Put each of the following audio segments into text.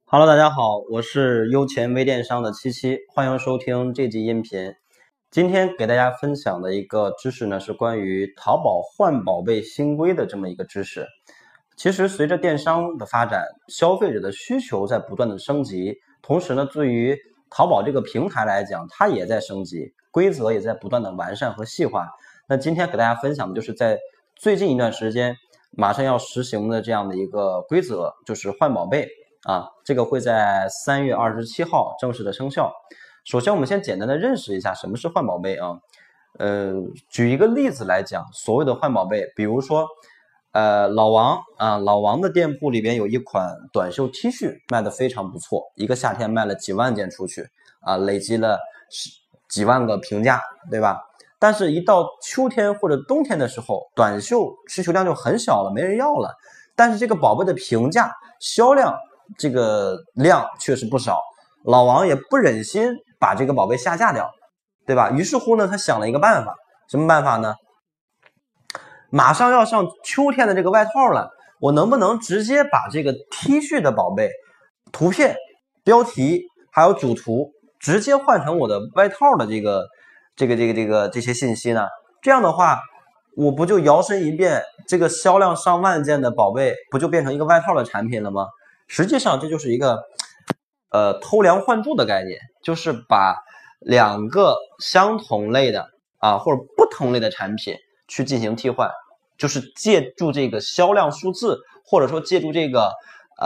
Hello，大家好，我是优钱微电商的七七，欢迎收听这集音频。今天给大家分享的一个知识呢，是关于淘宝换宝贝新规的这么一个知识。其实随着电商的发展，消费者的需求在不断的升级，同时呢，对于淘宝这个平台来讲，它也在升级，规则也在不断的完善和细化。那今天给大家分享的就是在最近一段时间马上要实行的这样的一个规则，就是换宝贝。这个会在3月27号正式的生效。首先我们先简单的认识一下什么是换宝贝啊。举一个例子来讲，所谓的换宝贝，比如说老王的店铺里边有一款短袖 T 恤卖的非常不错，一个夏天卖了几万件出去累积了几万个评价，对吧？但是一到秋天或者冬天的时候，短袖需求量就很小了，没人要了，但是这个宝贝的评价销量这个量确实不少，老王也不忍心把这个宝贝下架掉，对吧？于是乎呢，他想了一个办法，什么办法呢？马上要上秋天的这个外套了，我能不能直接把这个 T 恤的宝贝图片、标题还有主图直接换成我的外套的这些信息呢？这样的话，我不就摇身一变，这个销量上万件的宝贝不就变成一个外套的产品了吗？实际上这就是一个偷梁换柱的概念，就是把两个相同类的或者不同类的产品去进行替换，就是借助这个销量数字，或者说借助这个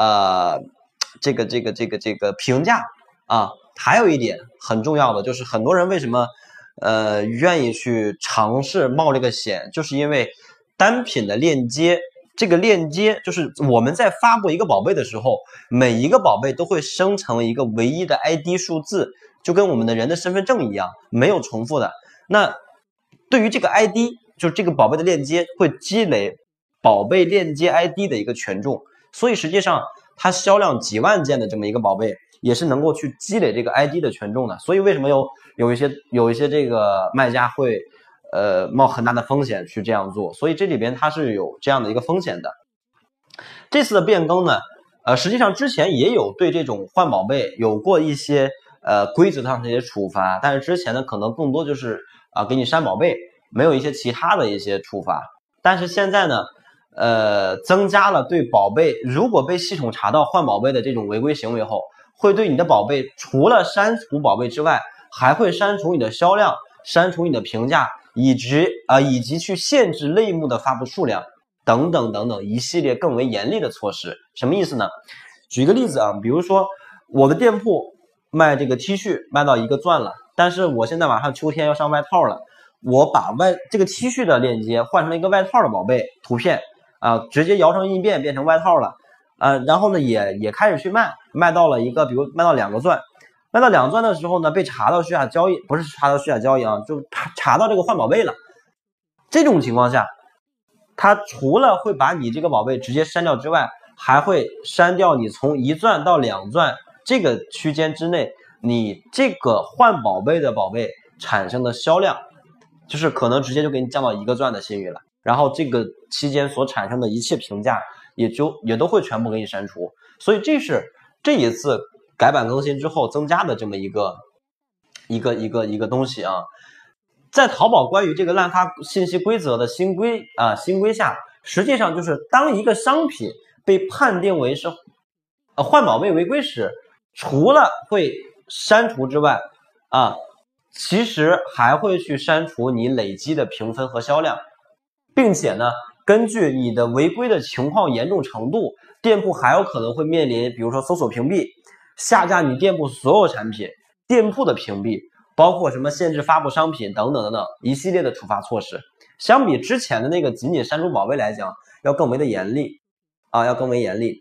评价还有一点很重要的就是很多人为什么愿意去尝试冒这个险，就是因为单品的链接，这个链接就是我们在发布一个宝贝的时候，每一个宝贝都会生成一个唯一的 ID 数字，就跟我们的人的身份证一样，没有重复的。那对于这个 ID， 就是这个宝贝的链接会积累宝贝链接 ID 的一个权重，所以实际上它销量几万件的这么一个宝贝也是能够去积累这个 ID 的权重的。所以为什么有一些这个卖家会冒很大的风险去这样做，所以这里边它是有这样的一个风险的。这次的变更呢实际上之前也有对这种换宝贝有过一些规则上的一些处罚，但是之前呢可能更多就是给你删宝贝，没有一些其他的一些处罚。但是现在呢增加了对宝贝如果被系统查到换宝贝的这种违规行为后，会对你的宝贝除了删除宝贝之外，还会删除你的销量，删除你的评价，以及去限制类目的发布数量等等等等一系列更为严厉的措施。什么意思呢？举个例子比如说我的店铺卖这个 T 恤卖到1个钻了，但是我现在马上秋天要上外套了，我把这个 T 恤的链接换成了一个外套的宝贝图片直接摇身一变变成外套了然后呢也开始去卖到了比如卖到2个钻，卖到2钻的时候呢，被查到虚假交易，不是查到虚假交易就查到这个换宝贝了。这种情况下，它除了会把你这个宝贝直接删掉之外，还会删掉你从1钻到2钻这个区间之内，你这个换宝贝的宝贝产生的销量，就是可能直接就给你降到1个钻的信誉了。然后这个期间所产生的一切评价也都会全部给你删除。所以这是这一次改版更新之后增加的这么一个东西在淘宝关于这个滥发信息规则的新规下，实际上就是当一个商品被判定为是换宝贝违规时，除了会删除之外其实还会去删除你累积的评分和销量，并且呢根据你的违规的情况严重程度，店铺还有可能会面临比如说搜索屏蔽、下架你店铺所有产品、店铺的屏蔽，包括什么限制发布商品等等等等一系列的处罚措施。相比之前的那个仅仅删除宝贝来讲，要更为的严厉要更为严厉。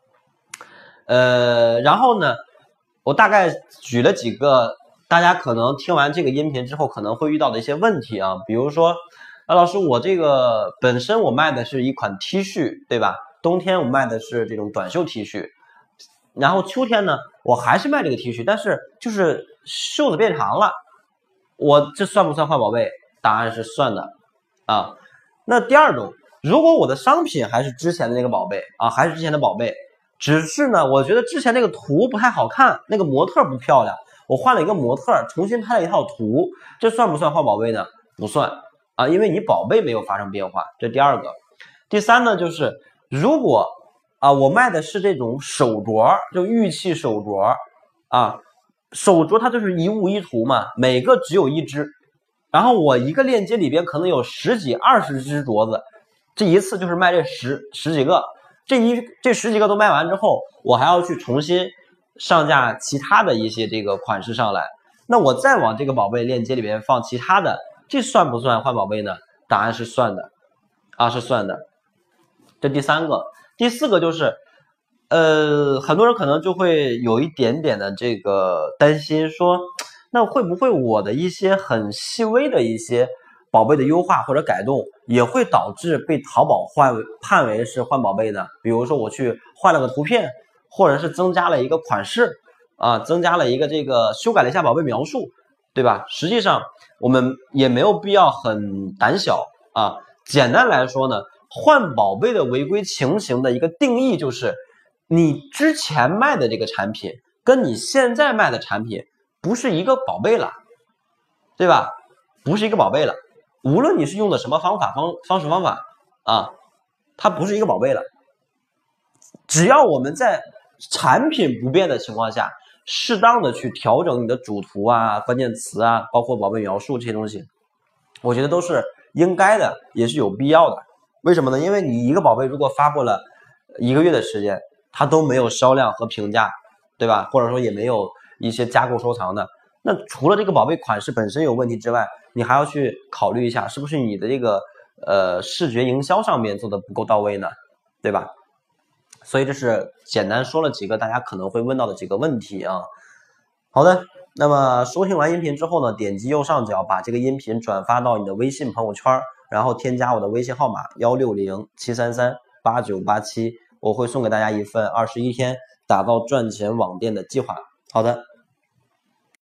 然后呢我大概举了几个大家可能听完这个音频之后可能会遇到的一些问题比如说老师，我这个本身我卖的是一款 T 恤，对吧？冬天我卖的是这种短袖 T 恤，然后秋天呢我还是卖这个 T 恤，但是就是袖子变长了，我这算不算换宝贝？答案是算的那第二种，如果我的商品还是之前的那个宝贝还是之前的宝贝， 只是呢，我觉得之前那个图不太好看，那个模特不漂亮，我换了一个模特，重新拍了一套图，这算不算换宝贝呢？不算啊，因为你宝贝没有发生变化，这第二个。第三呢，就是如果我卖的是这种手镯，就玉器手镯啊，手镯它就是一物一图嘛，每个只有一只，然后我一个链接里边可能有10几20只镯子，这一次就是卖这十几个，这10几个都卖完之后，我还要去重新上架其他的一些这个款式上来，那我再往这个宝贝链接里边放其他的，这算不算换宝贝呢？答案是算的啊，是算的。这第三个。第四个就是很多人可能就会有一点点的这个担心，说那会不会我的一些很细微的一些宝贝的优化或者改动也会导致被淘宝判为是换宝贝呢？比如说我去换了个图片，或者是增加了一个款式啊，增加了一个这个修改了一下宝贝描述，对吧？实际上我们也没有必要很胆小啊。简单来说呢，换宝贝的违规情形的一个定义就是，你之前卖的这个产品跟你现在卖的产品不是一个宝贝了，对吧？不是一个宝贝了，无论你是用的什么方法啊，它不是一个宝贝了。只要我们在产品不变的情况下，适当的去调整你的主图啊、关键词啊，包括宝贝描述这些东西，我觉得都是应该的，也是有必要的。为什么呢？因为你一个宝贝如果发布了1个月的时间，它都没有销量和评价，对吧？或者说也没有一些加购收藏的，那除了这个宝贝款式本身有问题之外，你还要去考虑一下，是不是你的这个视觉营销上面做的不够到位呢？对吧？所以这是简单说了几个大家可能会问到的几个问题啊。好的，那么收听完音频之后呢，点击右上角把这个音频转发到你的微信朋友圈，然后添加我的微信号码1607338987，我会送给大家一份21天打造赚钱网店的计划。好的，